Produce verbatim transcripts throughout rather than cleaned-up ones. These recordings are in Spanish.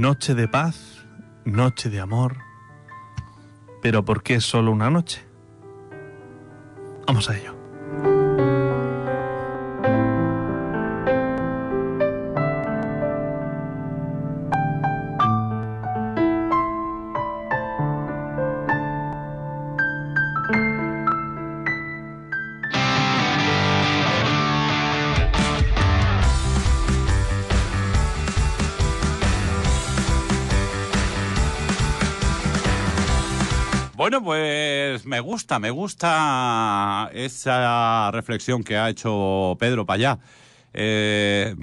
Noche de paz, noche de amor. ¿Pero por qué solo una noche? Vamos a ello. Bueno, pues me gusta, me gusta esa reflexión que ha hecho Pedro Payá. Eh,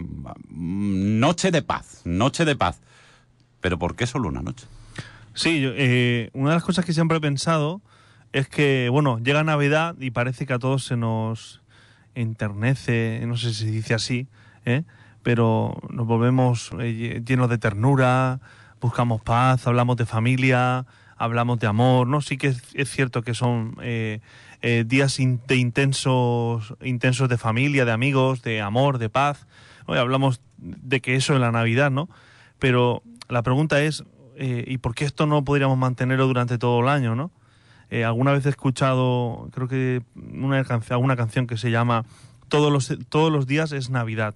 noche de paz, noche de paz. ¿Pero por qué solo una noche? Sí, eh, una de las cosas que siempre he pensado es que, bueno, llega Navidad y parece que a todos se nos enternece, no sé si se dice así, ¿eh? Pero nos volvemos eh, llenos de ternura, buscamos paz, hablamos de familia, hablamos de amor, ¿no? Sí que es, es cierto que son eh, eh, días in, de intensos, intensos de familia, de amigos, de amor, de paz. ¿No? Y hablamos de que eso es la Navidad, ¿no? Pero la pregunta es, eh, ¿y por qué esto no podríamos mantenerlo durante todo el año, ¿no? Eh, alguna vez he escuchado, creo que una canción, una canción que se llama Todos los, todos los días es Navidad.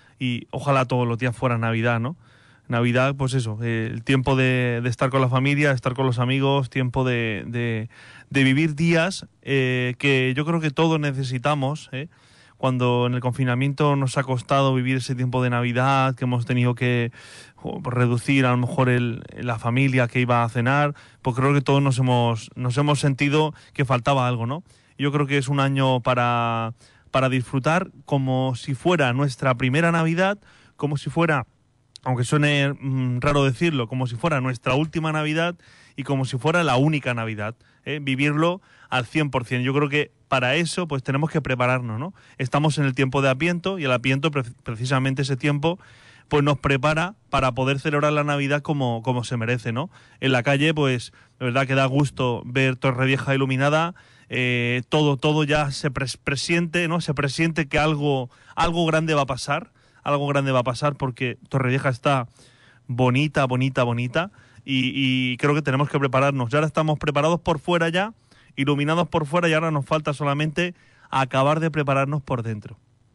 Y ojalá todos los días fuera Navidad, ¿no? Navidad, pues eso, eh, el tiempo de, de estar con la familia, estar con los amigos, tiempo de, de, de vivir días eh, que yo creo que todos necesitamos, ¿eh? Cuando en el confinamiento nos ha costado vivir ese tiempo de Navidad, que hemos tenido que jo, reducir a lo mejor el, la familia que iba a cenar, pues creo que todos nos hemos, nos hemos sentido que faltaba algo, ¿no? Yo creo que es un año para, para disfrutar como si fuera nuestra primera Navidad, como si fuera, aunque suene mmm, raro decirlo, como si fuera nuestra última Navidad y como si fuera la única Navidad, ¿eh? Vivirlo al cien por ciento. Yo creo que para eso pues tenemos que prepararnos, ¿no? Estamos en el tiempo de Adviento y el Adviento, pre- precisamente ese tiempo, pues nos prepara para poder celebrar la Navidad como, como se merece, ¿no? En la calle, pues, de verdad que da gusto ver Torrevieja iluminada, eh, todo, todo ya se pres- presiente, ¿no? Se presiente que algo, algo grande va a pasar, algo grande va a pasar porque Torrevieja está bonita, bonita, bonita y, y creo que tenemos que prepararnos. Ya ahora estamos preparados por fuera ya, iluminados por fuera y ahora nos falta solamente acabar de prepararnos por dentro.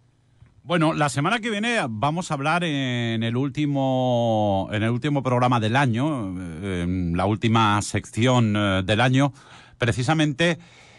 Bueno, la semana que viene vamos a hablar en el último, en el último programa del año, en la última sección del año, precisamente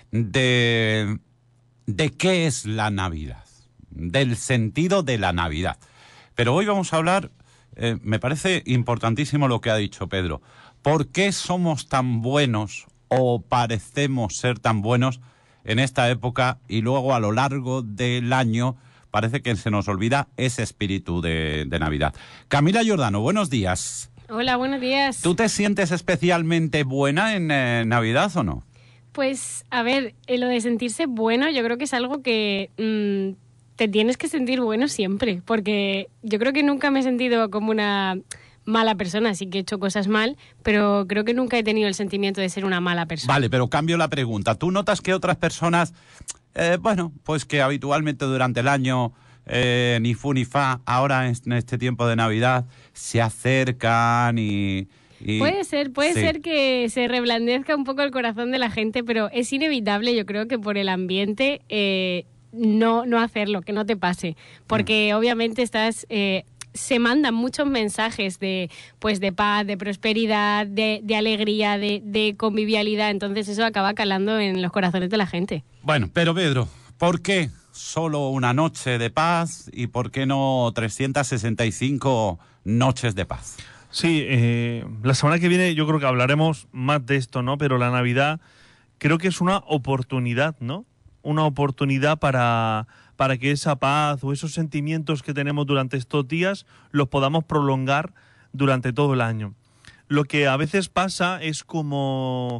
de, de qué es la Navidad, del sentido de la Navidad. Pero hoy vamos a hablar, eh, me parece importantísimo lo que ha dicho Pedro, ¿por qué somos tan buenos o parecemos ser tan buenos en esta época y luego a lo largo del año parece que se nos olvida ese espíritu de, de Navidad? Camila Giordano, buenos días. Hola, buenos días. ¿Tú te sientes especialmente buena en eh, Navidad o no? Pues, a ver, eh, lo de sentirse bueno yo creo que es algo que mmm, te tienes que sentir bueno siempre, porque yo creo que nunca me he sentido como una mala persona, sí que he hecho cosas mal, pero creo que nunca he tenido el sentimiento de ser una mala persona. Vale, pero cambio la pregunta. ¿Tú notas que otras personas, eh, bueno, pues que habitualmente durante el año eh, ni fu ni fa, ahora en este tiempo de Navidad se acercan y... y puede ser, puede sí. ser que se reblandezca un poco el corazón de la gente, pero es inevitable, yo creo que por el ambiente... Eh, no no hacerlo, que no te pase, porque mm. obviamente estás eh, se mandan muchos mensajes de pues de paz, de prosperidad, de, de alegría, de, de convivialidad, entonces eso acaba calando en los corazones de la gente. Bueno, pero Pedro, ¿por qué solo una noche de paz y por qué no trescientas sesenta y cinco noches de paz? Sí, eh, la semana que viene yo creo que hablaremos más de esto, ¿no? Pero la Navidad creo que es una oportunidad, ¿no? Una oportunidad para, para que esa paz o esos sentimientos que tenemos durante estos días los podamos prolongar durante todo el año. Lo que a veces pasa es como,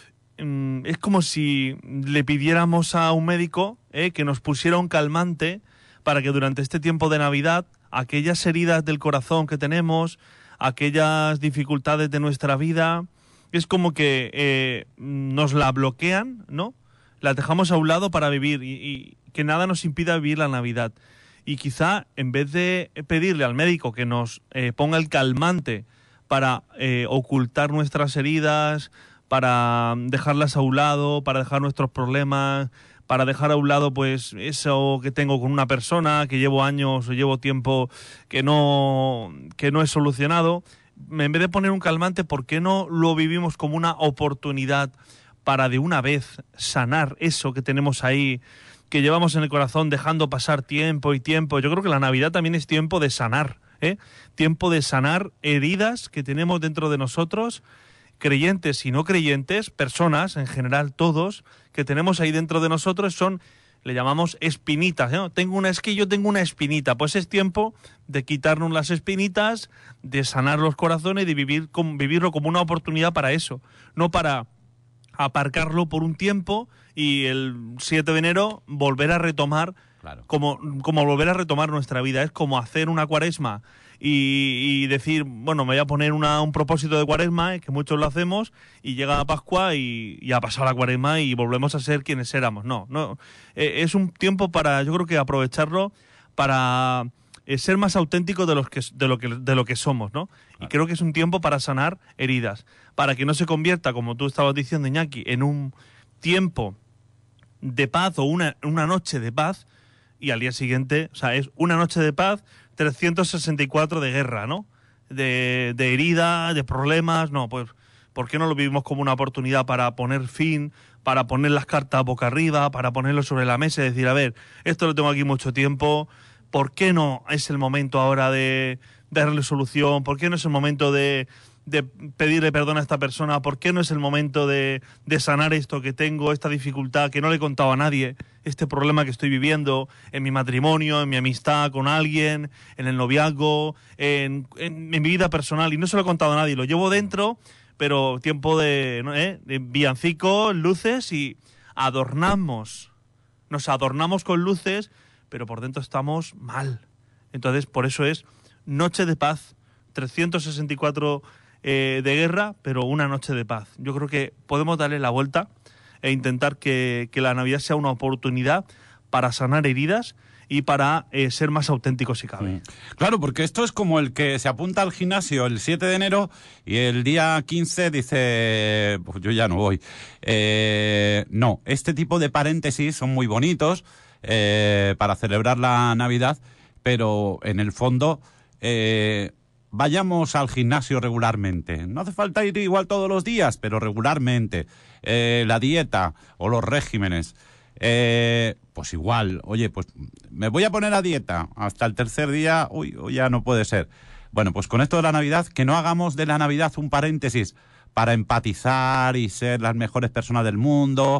mm, es como si le pidiéramos a un médico eh, que nos pusiera un calmante para que durante este tiempo de Navidad aquellas heridas del corazón que tenemos, aquellas dificultades de nuestra vida, es como que eh, nos la bloquean, ¿no? Las dejamos a un lado para vivir y, y que nada nos impida vivir la Navidad. Y quizá en vez de pedirle al médico que nos eh, ponga el calmante para eh, ocultar nuestras heridas, para dejarlas a un lado, para dejar nuestros problemas, para dejar a un lado pues eso que tengo con una persona, que llevo años o llevo tiempo que no, que no he solucionado. En vez de poner un calmante, ¿por qué no lo vivimos como una oportunidad para de una vez sanar eso que tenemos ahí, que llevamos en el corazón, dejando pasar tiempo y tiempo? Yo creo que la Navidad también es tiempo de sanar, ¿eh? Tiempo de sanar heridas que tenemos dentro de nosotros, creyentes y no creyentes, personas en general, todos, que tenemos ahí dentro de nosotros, son, le llamamos espinitas, ¿no? Tengo una, es que yo tengo una espinita, pues es tiempo de quitarnos las espinitas, de sanar los corazones y de vivir con, vivirlo como una oportunidad para eso, no para aparcarlo por un tiempo y el siete de enero volver a retomar, claro. como, como volver a retomar nuestra vida. Es como hacer una cuaresma y, y decir, bueno, me voy a poner una, un propósito de cuaresma, eh, que muchos lo hacemos, y llega la Pascua y, y ha pasado la cuaresma y volvemos a ser quienes éramos. No, no, eh, es un tiempo para, yo creo que aprovecharlo para eh, ser más auténticos de, los que, de, lo que, de lo que somos, ¿no? Claro. Y creo que es un tiempo para sanar heridas, para que no se convierta, como tú estabas diciendo, Iñaki, en un tiempo de paz o una, una noche de paz, y al día siguiente, o sea, es una noche de paz, trescientos sesenta y cuatro de guerra, ¿no? De, de herida, de problemas, no, pues, ¿por qué no lo vivimos como una oportunidad para poner fin, para poner las cartas boca arriba, para ponerlo sobre la mesa y decir, a ver, esto lo tengo aquí mucho tiempo, ¿por qué no es el momento ahora de, de darle solución? ¿Por qué no es el momento de, de pedirle perdón a esta persona? ¿Por qué no es el momento de, de sanar esto que tengo, esta dificultad que no le he contado a nadie, este problema que estoy viviendo en mi matrimonio, en mi amistad con alguien, en el noviazgo, en, en, en mi vida personal, y no se lo he contado a nadie, lo llevo dentro, pero tiempo de, ¿no? ¿Eh? de villancicos, luces, y adornamos, nos adornamos con luces, pero por dentro estamos mal. Entonces, por eso es noche de paz, trescientos sesenta y cuatro eh, de guerra, pero una noche de paz. Yo creo que podemos darle la vuelta e intentar que, que la Navidad sea una oportunidad para sanar heridas y para eh, ser más auténticos si cabe. Claro, porque esto es como el que se apunta al gimnasio el siete de enero y el día quince dice, pues yo ya no voy. Eh, no, este tipo de paréntesis son muy bonitos eh, para celebrar la Navidad, pero en el fondo eh, vayamos al gimnasio regularmente. No hace falta ir igual todos los días, pero regularmente. Eh, la dieta o los regímenes. Eh, pues igual, oye, pues me voy a poner a dieta hasta el tercer día, uy, uy, ya no puede ser. Bueno, pues con esto de la Navidad, que no hagamos de la Navidad un paréntesis para empatizar y ser las mejores personas del mundo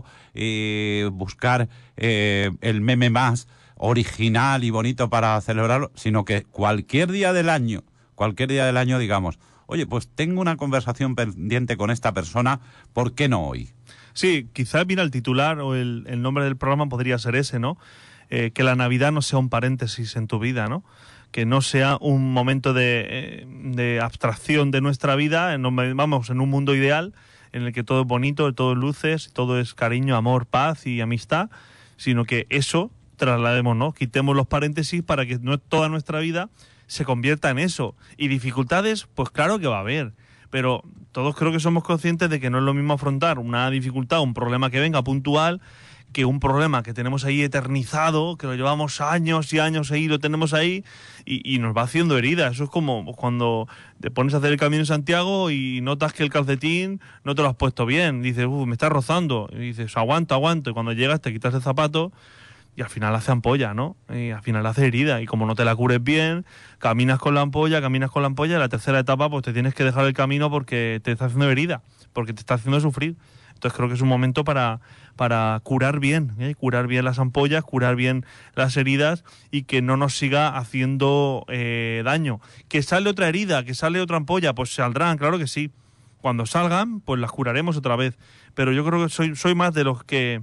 y buscar eh, el meme más original y bonito para celebrarlo, sino que cualquier día del año, cualquier día del año digamos, oye, pues tengo una conversación pendiente con esta persona, ¿por qué no hoy? Sí, quizás, mira, el titular o el, el nombre del programa podría ser ese, ¿no? Eh, que la Navidad no sea un paréntesis en tu vida, ¿no? Que no sea un momento de, eh, de abstracción de nuestra vida, en, vamos, en un mundo ideal en el que todo es bonito, todo es luces, todo es cariño, amor, paz y amistad, sino que eso traslademos, ¿no? Quitemos los paréntesis para que no toda nuestra vida se convierta en eso. Y dificultades, pues claro que va a haber, pero todos creo que somos conscientes de que no es lo mismo afrontar una dificultad, un problema que venga puntual, que un problema que tenemos ahí eternizado, que lo llevamos años y años ahí, lo tenemos ahí, y, y nos va haciendo heridas. Eso es como cuando te pones a hacer el Camino de Santiago y notas que el calcetín no te lo has puesto bien. Dices, uh, me está rozando. Y dices, aguanta, aguanta. Y cuando llegas te quitas el zapato y al final hace ampolla, ¿no? Y al final hace herida. Y como no te la cures bien, caminas con la ampolla, caminas con la ampolla, y la tercera etapa pues te tienes que dejar el camino porque te está haciendo herida, porque te está haciendo sufrir. Entonces creo que es un momento para, para curar bien, ¿eh? curar bien las ampollas, curar bien las heridas y que no nos siga haciendo eh, daño. ¿Que sale otra herida, que sale otra ampolla? Pues saldrán, claro que sí. Cuando salgan, pues las curaremos otra vez. Pero yo creo que soy, soy más de los que...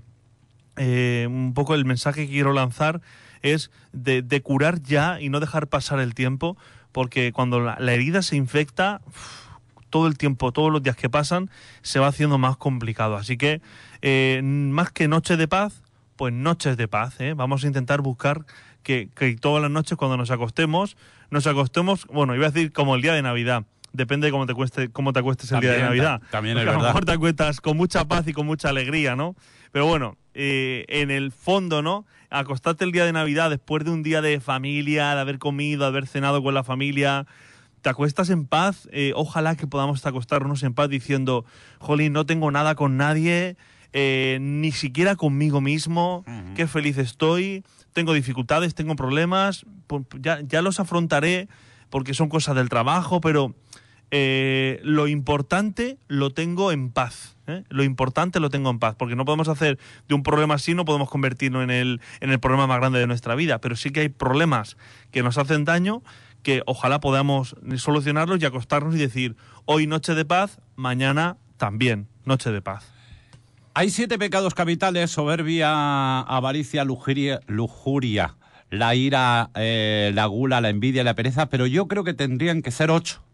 Eh, un poco el mensaje que quiero lanzar es de, de curar ya y no dejar pasar el tiempo, porque cuando la, la herida se infecta, uff, todo el tiempo, todos los días que pasan, se va haciendo más complicado. Así que, eh, más que noches de paz, pues noches de paz, ¿eh? Vamos a intentar buscar que, que todas las noches cuando nos acostemos, nos acostemos, bueno, iba a decir como el día de Navidad, depende de cómo te, cueste, cómo te acuestes el También, día de Navidad. también es Porque a lo verdad. mejor te acuestas con mucha paz y con mucha alegría, ¿no? Pero bueno, eh, en el fondo, ¿no? Acostarte el día de Navidad después de un día de familia, de haber comido, de haber cenado con la familia, te acuestas en paz. Eh, ojalá que podamos acostarnos en paz diciendo, jolín, no tengo nada con nadie, eh, ni siquiera conmigo mismo, Uh-huh. qué feliz estoy, tengo dificultades, tengo problemas, pues ya, ya los afrontaré porque son cosas del trabajo, pero eh, lo importante lo tengo en paz. ¿eh? Lo importante lo tengo en paz, porque no podemos hacer de un problema así, no podemos convertirlo en el, en el problema más grande de nuestra vida, pero sí que hay problemas que nos hacen daño, que ojalá podamos solucionarlos y acostarnos y decir, hoy noche de paz, mañana también noche de paz. Hay siete pecados capitales: soberbia, avaricia, lujuria, lujuria la ira, eh, la gula, la envidia y la pereza, pero yo creo que tendrían que ser ocho.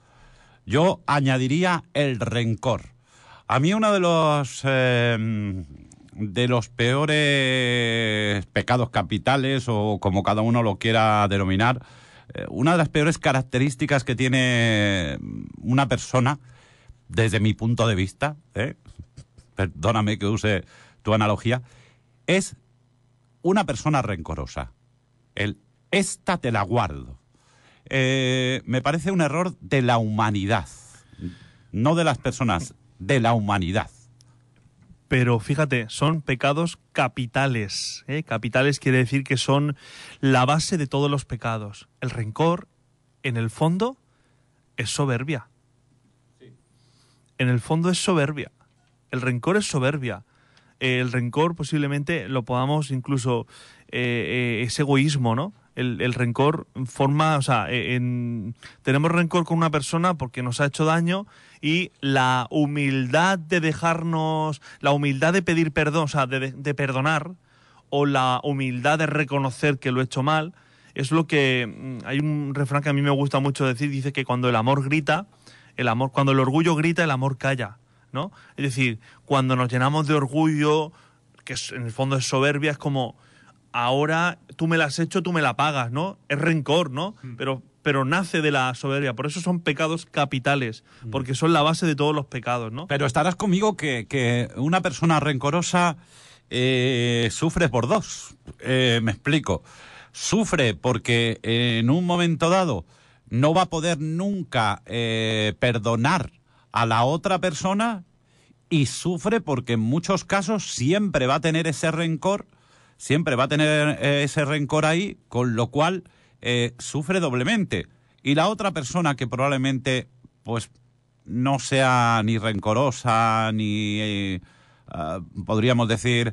Yo añadiría el rencor. A mí uno de los eh, de los peores pecados capitales, o como cada uno lo quiera denominar, eh, una de las peores características que tiene una persona, desde mi punto de vista, ¿eh? perdóname que use tu analogía, es una persona rencorosa. El esta te la guardo. Eh, me parece un error de la humanidad, no de las personas, de la humanidad. Pero fíjate, son pecados capitales. ¿eh? Capitales quiere decir que son la base de todos los pecados. El rencor, en el fondo, es soberbia. Sí. En el fondo es soberbia. El rencor es soberbia. Eh, el rencor posiblemente lo podamos incluso... Eh, eh, es egoísmo, ¿no? El, el rencor forma, o sea, en, tenemos rencor con una persona porque nos ha hecho daño, y la humildad de dejarnos, la humildad de pedir perdón, o sea, de, de perdonar, o la humildad de reconocer que lo he hecho mal, es lo que, hay un refrán que a mí me gusta mucho decir, dice que cuando el amor grita, el amor, cuando el orgullo grita, el amor calla, ¿no? Es decir, cuando nos llenamos de orgullo, que en el fondo es soberbia, es como... ahora tú me la has hecho, tú me la pagas, ¿no? Es rencor, ¿no? Mm. Pero, pero nace de la soberbia. Por eso son pecados capitales, mm. porque son la base de todos los pecados, ¿no? Pero estarás conmigo que, que una persona rencorosa eh, sufre por dos. Eh, me explico. Sufre porque en un momento dado no va a poder nunca eh, perdonar a la otra persona, y sufre porque en muchos casos siempre va a tener ese rencor, siempre va a tener eh, ese rencor ahí, con lo cual eh, sufre doblemente. Y la otra persona, que probablemente pues no sea ni rencorosa, ni eh, uh, podríamos decir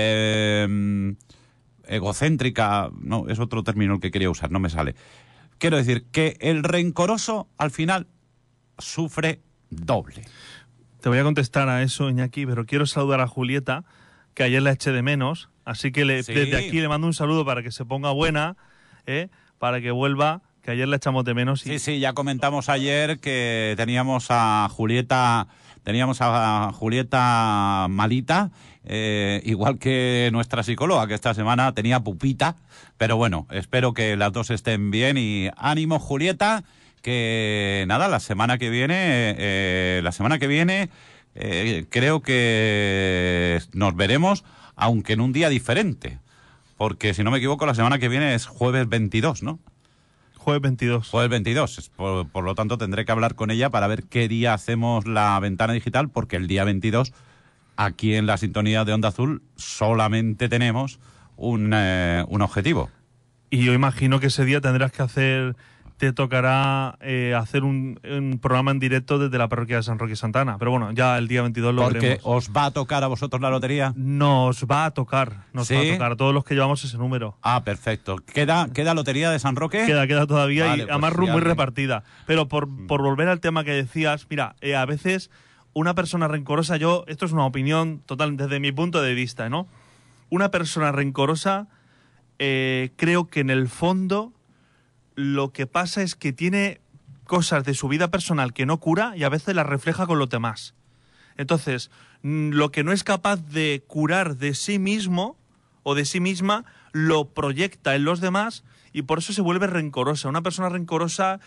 eh, egocéntrica, no, es otro término el que quería usar, no me sale. Quiero decir que el rencoroso al final sufre doble. Te voy a contestar a eso, Iñaki, pero quiero saludar a Julieta, que ayer la eché de menos, así que le, sí. desde aquí le mando un saludo para que se ponga buena, ¿eh? Para que vuelva, que ayer la echamos de menos. Y... Sí, sí, ya comentamos ayer que teníamos a Julieta, teníamos a Julieta malita, eh, igual que nuestra psicóloga, que esta semana tenía pupita, pero bueno, espero que las dos estén bien, y ánimo, Julieta, que nada, la semana que viene, eh, la semana que viene eh, creo que nos veremos, aunque en un día diferente, porque si no me equivoco la semana que viene es jueves veintidós, ¿no? Jueves veintidós. Jueves veintidós, por, por lo tanto tendré que hablar con ella para ver qué día hacemos la ventana digital, porque el día veintidós aquí en la sintonía de Onda Azul solamente tenemos un, eh, un objetivo. Y yo imagino que ese día tendrás que hacer... te tocará eh, hacer un, un programa en directo desde la parroquia de San Roque y Santana. Pero bueno, ya el día veintidós lo Porque veremos. ¿os va a tocar a vosotros la lotería? Nos va a tocar, nos ¿Sí? va a tocar a todos los que llevamos ese número. Ah, perfecto. ¿Queda, queda lotería de San Roque? Queda, queda todavía, vale, y pues además sí, muy alguien... repartida. Pero por, por volver al tema que decías, mira, eh, a veces una persona rencorosa, yo, esto es una opinión total desde mi punto de vista, ¿no? Una persona rencorosa, eh, creo que en el fondo... lo que pasa es que tiene cosas de su vida personal que no cura y a veces las refleja con los demás. Entonces, lo que no es capaz de curar de sí mismo o de sí misma, lo proyecta en los demás y por eso se vuelve rencorosa. Una persona rencorosa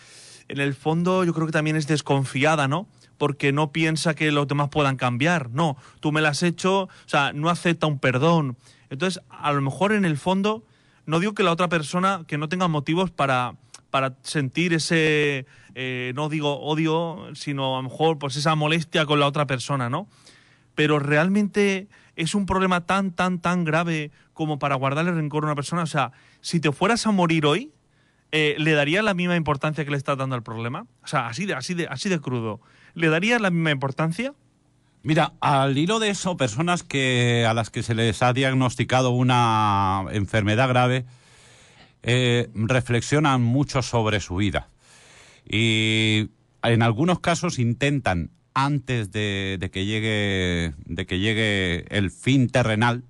en el fondo yo creo que también es desconfiada, ¿no? Porque no piensa que los demás puedan cambiar. No, tú me lo has hecho, o sea, no acepta un perdón. Entonces, a lo mejor en el fondo, no digo que la otra persona, que no tenga motivos para, para sentir ese, eh, no digo odio, sino a lo mejor pues esa molestia con la otra persona, ¿no? Pero realmente es un problema tan, tan, tan grave como para guardarle rencor a una persona. O sea, si te fueras a morir hoy, eh, ¿le darías la misma importancia que le estás dando al problema? O sea, así de, así de, así de crudo. ¿Le darías la misma importancia? Mira, al hilo de eso, personas que a las que se les ha diagnosticado una enfermedad grave eh, reflexionan mucho sobre su vida. Y en algunos casos intentan, antes de, de que llegue de que llegue el fin terrenal,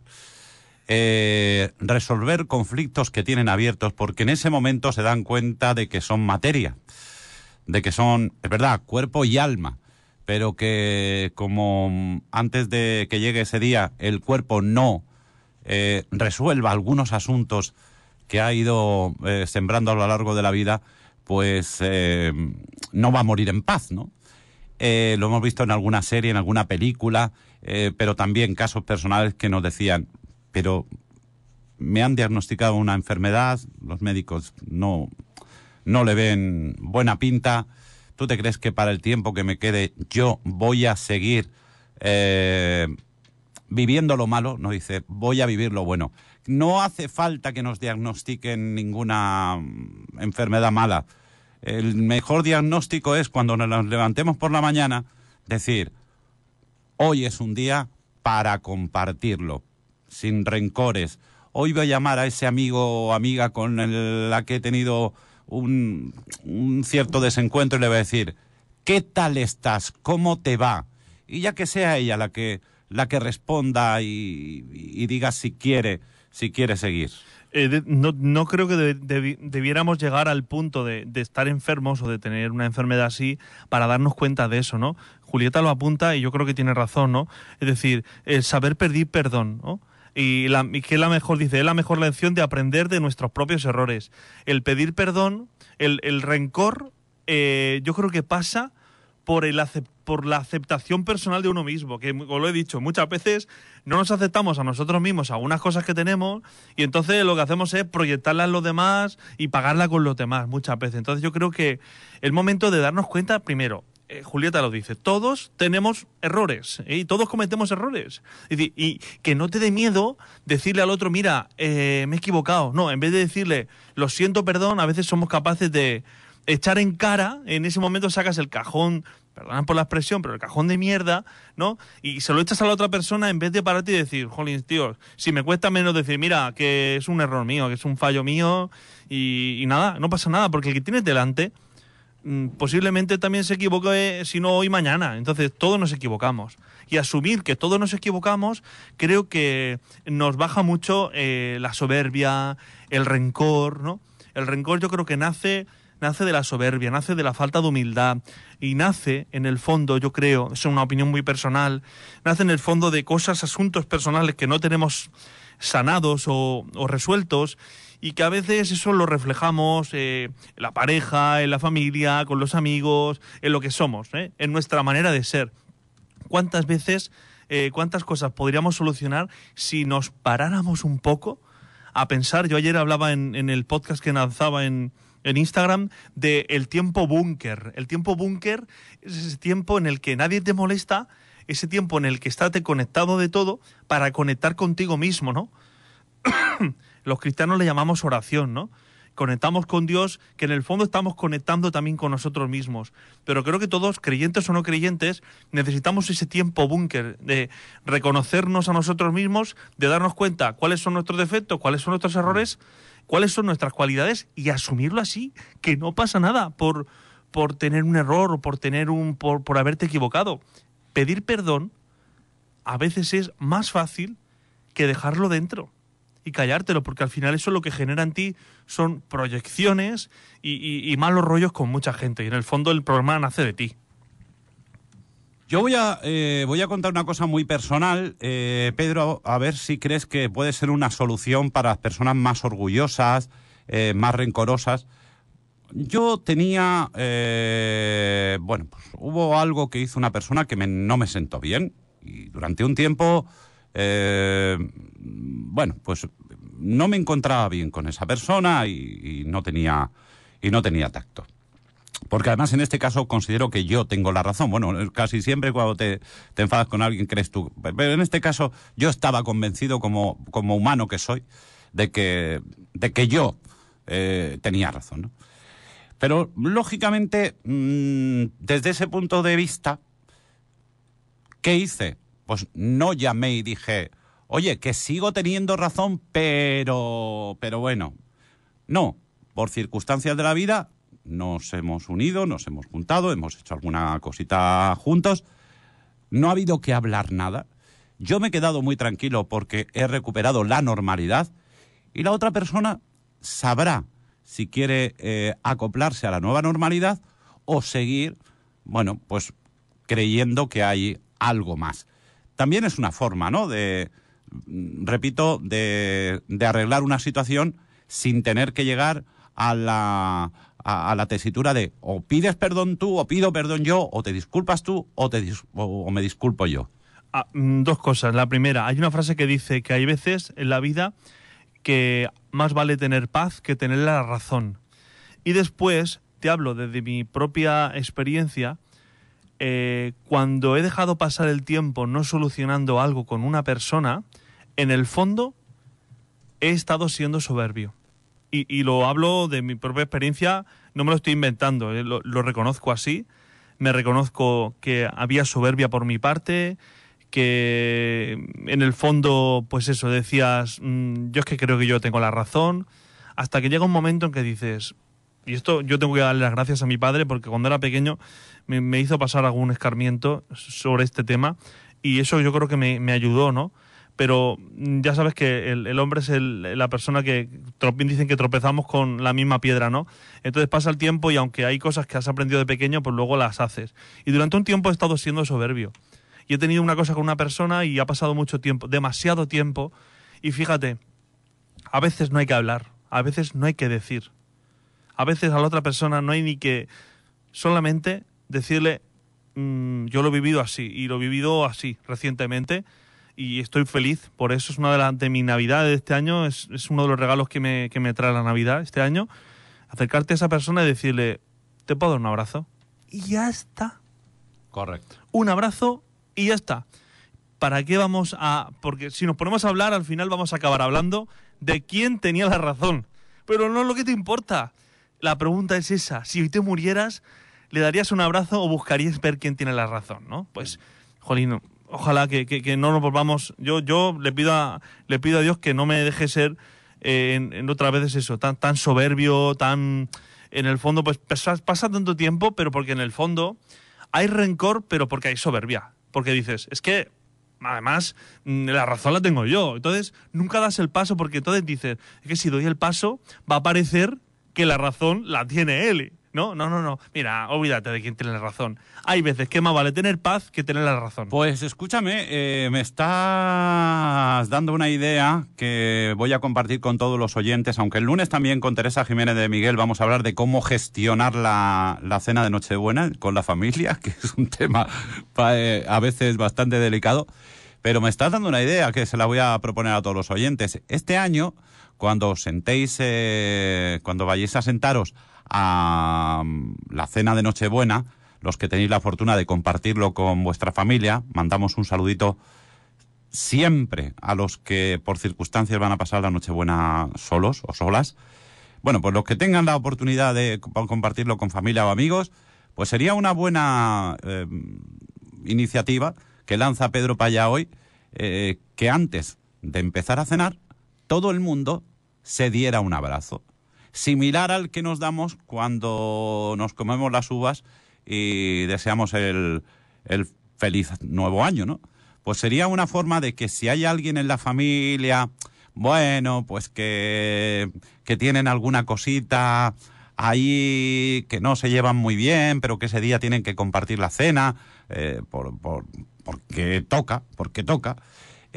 eh, resolver conflictos que tienen abiertos, porque en ese momento se dan cuenta de que son materia, de que son, es verdad, cuerpo y alma, pero que como antes de que llegue ese día el cuerpo no eh, resuelva algunos asuntos que ha ido eh, sembrando a lo largo de la vida, pues eh, no va a morir en paz, ¿no? Eh, lo hemos visto en alguna serie, en alguna película, eh, pero también casos personales que nos decían, pero me han diagnosticado una enfermedad, los médicos no, no le ven buena pinta. ¿Tú te crees que para el tiempo que me quede yo voy a seguir eh, viviendo lo malo? No, dice, voy a vivir lo bueno. No hace falta que nos diagnostiquen ninguna enfermedad mala. El mejor diagnóstico es cuando nos levantemos por la mañana, decir, hoy es un día para compartirlo, sin rencores. Hoy voy a llamar a ese amigo o amiga con el, la que he tenido un, un cierto desencuentro y le voy a decir, ¿qué tal estás? ¿Cómo te va? Y ya que sea ella la que, la que responda y, y diga si quiere, si quiere seguir. Eh, de, no, no creo que de, de, debiéramos llegar al punto de, de estar enfermos o de tener una enfermedad así para darnos cuenta de eso, ¿no? Julieta lo apunta y yo creo que tiene razón, ¿no? Es decir, el saber pedir perdón, ¿no? Y, la, y que es la mejor, dice, es la mejor lección de aprender de nuestros propios errores. El pedir perdón, el, el rencor, eh, yo creo que pasa por, el acep- por la aceptación personal de uno mismo, que como lo he dicho, muchas veces no nos aceptamos a nosotros mismos algunas cosas que tenemos y entonces lo que hacemos es proyectarlas en los demás y pagarla con los demás muchas veces. Entonces yo creo que el momento de darnos cuenta, primero, eh, Julieta lo dice, todos tenemos errores, ¿eh? Y todos cometemos errores. Es decir, y que no te dé miedo decirle al otro, mira, eh, me he equivocado. No, en vez de decirle, lo siento, perdón, a veces somos capaces de echar en cara, en ese momento sacas el cajón, perdón por la expresión, pero el cajón de mierda, ¿no? Y se lo echas a la otra persona en vez de pararte y decir, jolín, tío, si me cuesta menos decir, mira, que es un error mío, que es un fallo mío, y, y nada, no pasa nada, porque el que tienes delante mmm, posiblemente también se equivoque, si no hoy, mañana. Entonces, todos nos equivocamos. Y asumir que todos nos equivocamos, creo que nos baja mucho eh, la soberbia, el rencor, ¿no? El rencor yo creo que nace... nace de la soberbia, nace de la falta de humildad y nace, en el fondo, yo creo, es una opinión muy personal, nace en el fondo de cosas, asuntos personales que no tenemos sanados o, o resueltos y que a veces eso lo reflejamos eh, en la pareja, en la familia, con los amigos, en lo que somos, ¿eh? En nuestra manera de ser. ¿Cuántas veces, eh, cuántas cosas podríamos solucionar si nos paráramos un poco a pensar? Yo ayer hablaba en, en el podcast que lanzaba en... en Instagram, de el tiempo búnker. El tiempo búnker es ese tiempo en el que nadie te molesta, ese tiempo en el que estás conectado de todo para conectar contigo mismo, ¿no? Los cristianos le llamamos oración, ¿no? Conectamos con Dios, que en el fondo estamos conectando también con nosotros mismos. Pero creo que todos, creyentes o no creyentes, necesitamos ese tiempo búnker de reconocernos a nosotros mismos, de darnos cuenta cuáles son nuestros defectos, cuáles son nuestros errores, cuáles son nuestras cualidades y asumirlo así, que no pasa nada por, por tener un error o por, tener un, por, por haberte equivocado. Pedir perdón a veces es más fácil que dejarlo dentro y callártelo, porque al final eso lo que genera en ti son proyecciones y, y, y malos rollos con mucha gente y en el fondo el problema nace de ti. Yo voy a, eh, voy a contar una cosa muy personal, eh, Pedro, a ver si crees que puede ser una solución para las personas más orgullosas, eh, más rencorosas. yo tenía, eh, bueno, pues hubo algo que hizo una persona que me, no me sentó bien y durante un tiempo, eh, bueno, pues no me encontraba bien con esa persona y, y no tenía y no tenía tacto. Porque además en este caso considero que yo tengo la razón. Bueno, casi siempre cuando te, te enfadas con alguien crees tú. Pero en este caso yo estaba convencido como, como humano que soy de que, de que yo eh, tenía razón, ¿no? Pero lógicamente mmm, desde ese punto de vista, ¿qué hice? Pues no llamé y dije, oye, que sigo teniendo razón, pero, pero bueno, no, por circunstancias de la vida nos hemos unido, nos hemos juntado, hemos hecho alguna cosita juntos. No ha habido que hablar nada. Yo me he quedado muy tranquilo porque he recuperado la normalidad y la otra persona sabrá si quiere eh, acoplarse a la nueva normalidad o seguir, bueno, pues creyendo que hay algo más. También es una forma, ¿no?, de, repito, de, de arreglar una situación sin tener que llegar a la... A, a la tesitura de o pides perdón tú, o pido perdón yo, o te disculpas tú, o, te dis, o, o me disculpo yo. Ah, dos cosas. La primera, hay una frase que dice que hay veces en la vida que más vale tener paz que tener la razón. Y después, te hablo desde mi propia experiencia, eh, cuando he dejado pasar el tiempo no solucionando algo con una persona, en el fondo he estado siendo soberbio. Y, y lo hablo de mi propia experiencia, no me lo estoy inventando, eh, lo, lo reconozco así, me reconozco que había soberbia por mi parte, que en el fondo, pues eso, decías, mmm, yo es que creo que yo tengo la razón, hasta que llega un momento en que dices, y esto yo tengo que darle las gracias a mi padre, porque cuando era pequeño me, me hizo pasar algún escarmiento sobre este tema, y eso yo creo que me, me ayudó, ¿no? Pero ya sabes que el, el hombre es el, la persona que dicen que tropezamos con la misma piedra, ¿no? Entonces pasa el tiempo y aunque hay cosas que has aprendido de pequeño, pues luego las haces. Y durante un tiempo he estado siendo soberbio. Y he tenido una cosa con una persona y ha pasado mucho tiempo, demasiado tiempo. Y fíjate, a veces no hay que hablar, a veces no hay que decir. A veces a la otra persona no hay ni que solamente decirle, mmm, yo lo he vivido así y lo he vivido así recientemente. Y estoy feliz, por eso es una de, las de mis navidades de este año, es, es uno de los regalos que me, que me trae la Navidad este año, acercarte a esa persona y decirle, ¿te puedo dar un abrazo? Y ya está. Correcto. Un abrazo y ya está. ¿Para qué vamos a...? Porque si nos ponemos a hablar, al final vamos a acabar hablando de quién tenía la razón. Pero no es lo que te importa. La pregunta es esa, si hoy te murieras, ¿le darías un abrazo o buscarías ver quién tiene la razón, no? Pues, jolín... Ojalá que, que, que no nos volvamos... Yo yo le pido a, le pido a Dios que no me deje ser eh, en, en otras veces eso, tan, tan soberbio, tan... En el fondo, pues pasa, pasa tanto tiempo, pero porque en el fondo hay rencor, pero porque hay soberbia. Porque dices, es que además la razón la tengo yo. Entonces nunca das el paso porque entonces dices, es que si doy el paso va a parecer que la razón la tiene él. No, no, no, no. Mira, olvídate de quién tiene la razón. Hay veces que más vale tener paz que tener la razón. Pues escúchame, eh, me estás dando una idea que voy a compartir con todos los oyentes, aunque el lunes también con Teresa Jiménez de Miguel vamos a hablar de cómo gestionar la, la cena de Nochebuena con la familia, que es un tema eh, a veces bastante delicado. Pero me estás dando una idea que se la voy a proponer a todos los oyentes. Este año, cuando os sentéis, eh, cuando vayáis a sentaros a la cena de Nochebuena, los que tenéis la fortuna de compartirlo con vuestra familia, mandamos un saludito siempre a los que por circunstancias van a pasar la Nochebuena solos o solas. Bueno, pues los que tengan la oportunidad de compartirlo con familia o amigos, pues sería una buena eh, iniciativa que lanza Pedro Payá hoy, eh, que antes de empezar a cenar, todo el mundo se diera un abrazo. Similar al que nos damos cuando nos comemos las uvas y deseamos el, el feliz nuevo año, ¿no? Pues sería una forma de que si hay alguien en la familia, bueno, pues que, que tienen alguna cosita ahí que no se llevan muy bien, pero que ese día tienen que compartir la cena, eh, por, por, porque toca, porque toca,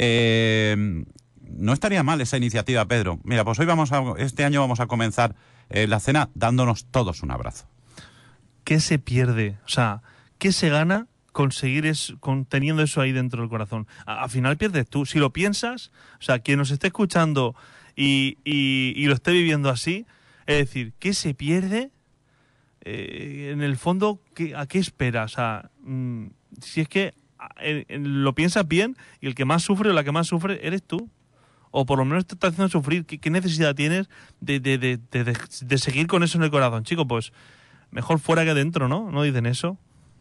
eh... No estaría mal esa iniciativa, Pedro. Mira, pues hoy vamos a, este año vamos a comenzar eh, la cena dándonos todos un abrazo. ¿Qué se pierde? O sea, ¿qué se gana conseguir es, con, teniendo eso ahí dentro del corazón? A- al final pierdes tú. Si lo piensas, o sea, quien nos esté escuchando y, y, y lo esté viviendo así, es decir, ¿qué se pierde? Eh, en el fondo, ¿qué, ¿a qué esperas? O sea, mmm, si es que eh, eh, lo piensas bien y el que más sufre o la que más sufre eres tú. O por lo menos te está haciendo sufrir. ¿Qué, qué necesidad tienes de, de, de, de, de, de seguir con eso en el corazón? Chico, pues mejor fuera que dentro, ¿no? ¿No dicen eso?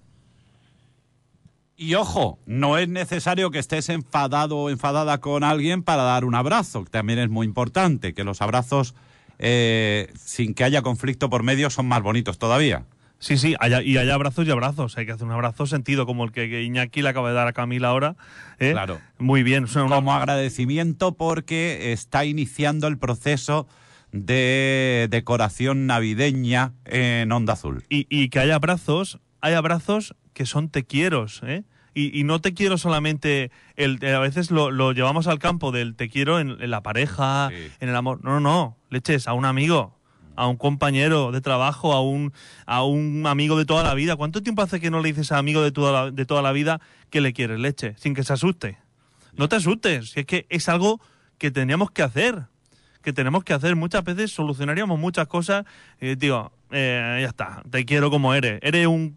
Y ojo, no es necesario que estés enfadado o enfadada con alguien para dar un abrazo. También es muy importante que los abrazos, eh, sin que haya conflicto por medio, son más bonitos todavía. Sí, sí, haya, y hay abrazos y abrazos. Hay que hacer un abrazo sentido, como el que, que Iñaki le acaba de dar a Camila ahora. ¿eh? Claro. Muy bien. O sea, una... Como agradecimiento porque está iniciando el proceso de decoración navideña en Onda Azul. Y, y que haya abrazos, hay abrazos que son te quieros, ¿eh? Y, y no te quiero solamente, el, a veces lo, lo llevamos al campo del te quiero en, en la pareja, Sí. en el amor. No, no, no, leches, a un amigo, a un compañero de trabajo, a un, a un amigo de toda la vida. ¿Cuánto tiempo hace que no le dices a amigo de toda la, de toda la vida que le quieres, leche? Sin que se asuste. No te asustes, si es que es algo que teníamos que hacer. Que tenemos que hacer. Muchas veces solucionaríamos muchas cosas. Eh, digo, eh, ya está, te quiero como eres. Eres un,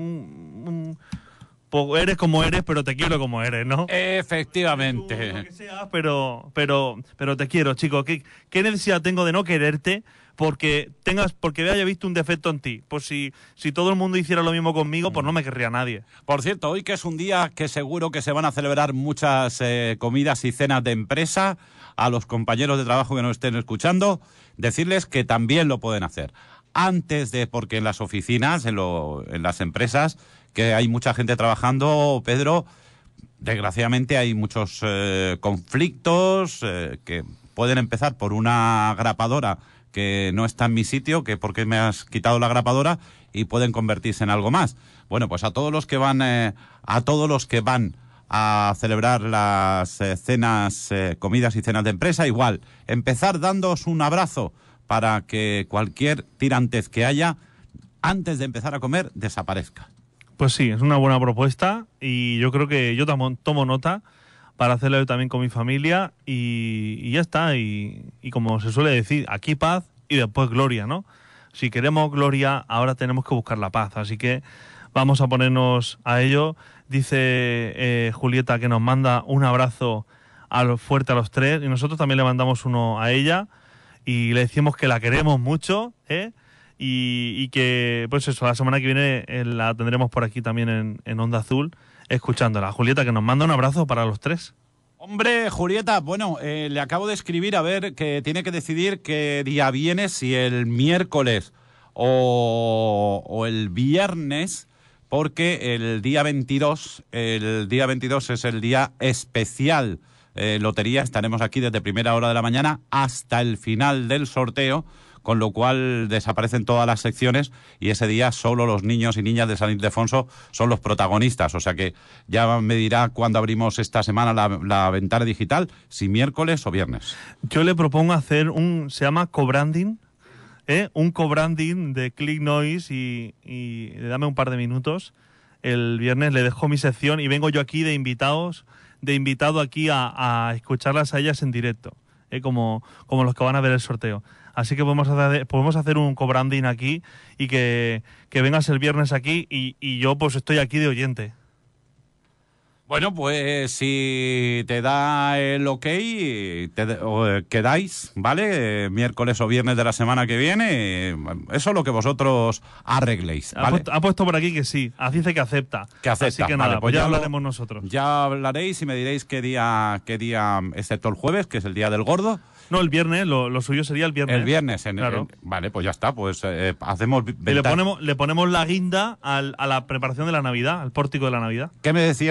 un, un- po- eres como eres, pero te quiero como eres, ¿no? Tú, lo Efectivamente. que seas, pero, pero, pero te quiero, chico. ¿Qué, qué necesidad tengo de no quererte porque tengas, porque haya visto un defecto en ti? Pues si, si todo el mundo hiciera lo mismo conmigo, pues no me querría nadie. Por cierto, hoy que es un día que seguro que se van a celebrar muchas eh, comidas y cenas de empresa, a los compañeros de trabajo que nos estén escuchando, decirles que también lo pueden hacer. Antes de, porque en las oficinas, en, lo, en las empresas, que hay mucha gente trabajando, Pedro, desgraciadamente hay muchos eh, conflictos eh, que pueden empezar por una grapadora que no está en mi sitio, que por qué me has quitado la grapadora, y pueden convertirse en algo más. Bueno, pues a todos los que van, eh, a todos los que van a celebrar las eh, cenas, eh, comidas y cenas de empresa, igual, empezar dándoos un abrazo para que cualquier tirantez que haya, antes de empezar a comer, desaparezca. Pues sí, es una buena propuesta y yo creo que yo tomo, tomo nota para hacerlo también con mi familia y, y ya está. Y, y como se suele decir, aquí paz y después gloria, ¿no? Si queremos gloria, ahora tenemos que buscar la paz. Así que vamos a ponernos a ello. Dice eh, Julieta que nos manda un abrazo a los, fuerte a los tres y nosotros también le mandamos uno a ella y le decimos que la queremos mucho, ¿eh? Y, y que, pues eso, la semana que viene eh, la tendremos por aquí también en, en Onda Azul, escuchándola. Julieta, que nos manda un abrazo para los tres. Hombre, Julieta, bueno, eh, le acabo de escribir a ver que tiene que decidir qué día viene, si el miércoles o, o el viernes, porque el día veintidós, el día veintidós es el día especial eh, lotería. Estaremos aquí desde primera hora de la mañana hasta el final del sorteo, con lo cual desaparecen todas las secciones y ese día solo los niños y niñas de San Ildefonso son los protagonistas. O sea que ya me dirá cuándo abrimos esta semana la, la ventana digital, si miércoles o viernes. Yo le propongo hacer un, se llama co-branding, ¿eh? Un co-branding de Click Noise y, y dame un par de minutos. El viernes le dejo mi sección y vengo yo aquí de invitados, de invitado aquí a, a escucharlas a ellas en directo, ¿eh? como, como los que van a ver el sorteo. Así que podemos hacer, podemos hacer un co-branding aquí y que, que vengas el viernes aquí y, y yo pues estoy aquí de oyente. Bueno, pues si te da el ok, te, o, eh, quedáis, ¿vale? Eh, miércoles o viernes de la semana que viene, eh, eso es lo que vosotros arregléis, Ha, ¿vale? puesto, ha puesto por aquí que sí, así dice que acepta. Que acepta, Así que vale, nada, pues pues ya ya lo- hablaremos nosotros. Ya hablaréis y me diréis qué día, qué día, excepto el jueves, que es el día del gordo. No, el viernes, lo, lo suyo sería el viernes. El viernes, en, Claro. en- vale, pues ya está, pues eh, hacemos Y le venta- ponemos, le ponemos la guinda al, a la preparación de la Navidad, al pórtico de la Navidad. ¿Qué me decía usted, señor?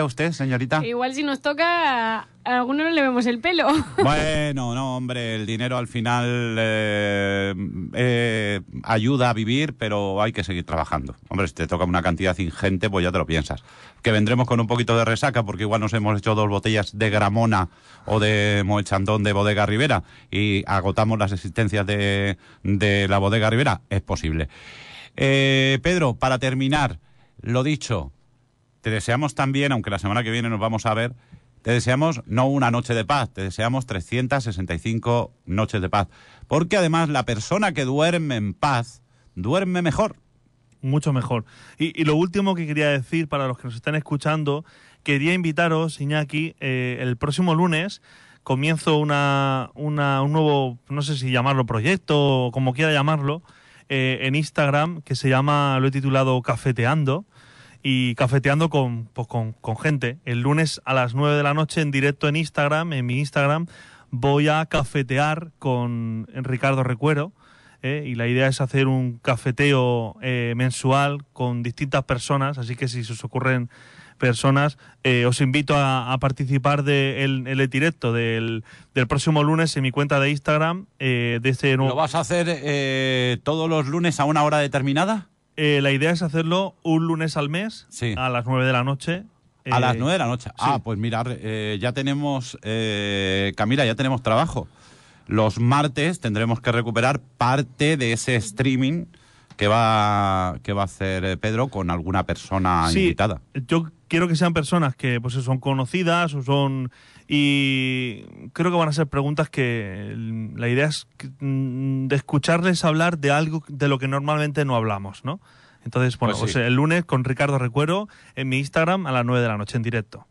señorita? Igual si nos toca, a algunos no le vemos el pelo. Bueno, no, hombre, el dinero al final eh, eh, ayuda a vivir, pero hay que seguir trabajando. Hombre, si te toca una cantidad ingente, pues ya te lo piensas. Que vendremos con un poquito de resaca, porque igual nos hemos hecho dos botellas de Gramona o de Moet Chandon de Bodega Ribera y agotamos las existencias de, de la Bodega Ribera. Es posible. Eh, Pedro, para terminar, lo dicho, te deseamos también, aunque la semana que viene nos vamos a ver, te deseamos no una noche de paz, te deseamos trescientas sesenta y cinco noches de paz. Porque además la persona que duerme en paz, duerme mejor. Mucho mejor. Y, y lo último que quería decir para los que nos están escuchando, quería invitaros, Iñaki, eh, el próximo lunes comienzo una, una, un nuevo, no sé si llamarlo proyecto o como quiera llamarlo, eh, en Instagram, que se llama, lo he titulado Cafeteando, y cafeteando con, pues con, con gente. El lunes a las nueve de la noche en directo en Instagram, en mi Instagram, voy a cafetear con Ricardo Recuero, eh, y la idea es hacer un cafeteo eh, mensual con distintas personas, así que si se os ocurren personas, eh, os invito a, a participar del de el directo del, del próximo lunes en mi cuenta de Instagram. Eh, de este nuevo... ¿Lo vas a hacer eh, todos los lunes a una hora determinada? Eh, la idea es hacerlo un lunes al mes, sí, a las nueve de la noche. A eh, las nueve de la noche. Sí. Ah, pues mirad, eh, ya tenemos, eh, Camila, ya tenemos trabajo. Los martes tendremos que recuperar parte de ese streaming que va, que va a hacer Pedro con alguna persona sí, invitada. Yo quiero que sean personas que pues son conocidas o son... Y creo que van a ser preguntas que la idea es de escucharles hablar de algo de lo que normalmente no hablamos, ¿no? Entonces, bueno, pues sí. pues el lunes con Ricardo Recuero en mi Instagram a las nueve de la noche en directo.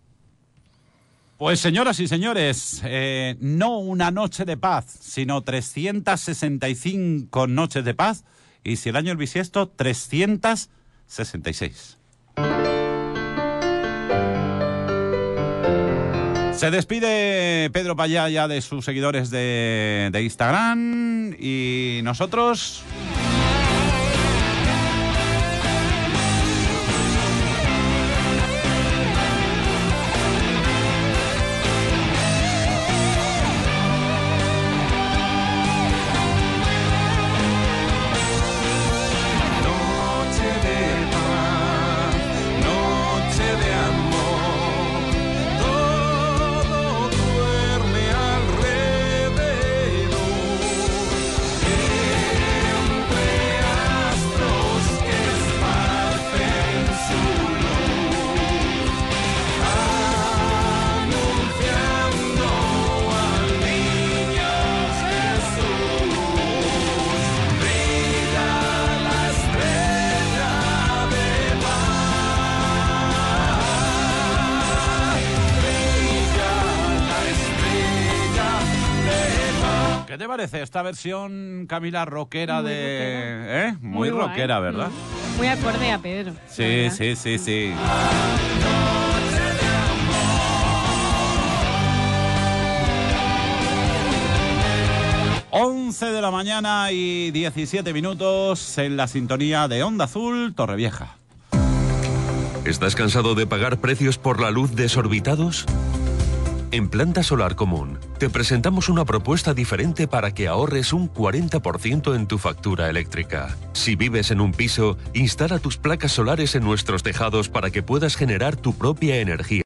Pues señoras y señores, eh, no una noche de paz, sino trescientas sesenta y cinco noches de paz, y si el año el bisiesto, trescientas sesenta y seis. Se despide Pedro Payá ya de sus seguidores de, de Instagram, y nosotros... ¿Qué te parece esta versión, Camila, rockera Muy de... rockera. ¿Eh? Muy, Muy rockera, guay. ¿verdad? Muy acorde a Pedro. Sí, sí, sí, sí. once de la mañana y diecisiete minutos en la sintonía de Onda Azul, Torrevieja. ¿Estás cansado de pagar precios por la luz desorbitados? En Planta Solar Común te presentamos una propuesta diferente para que ahorres un cuarenta por ciento en tu factura eléctrica. Si vives en un piso, instala tus placas solares en nuestros tejados para que puedas generar tu propia energía.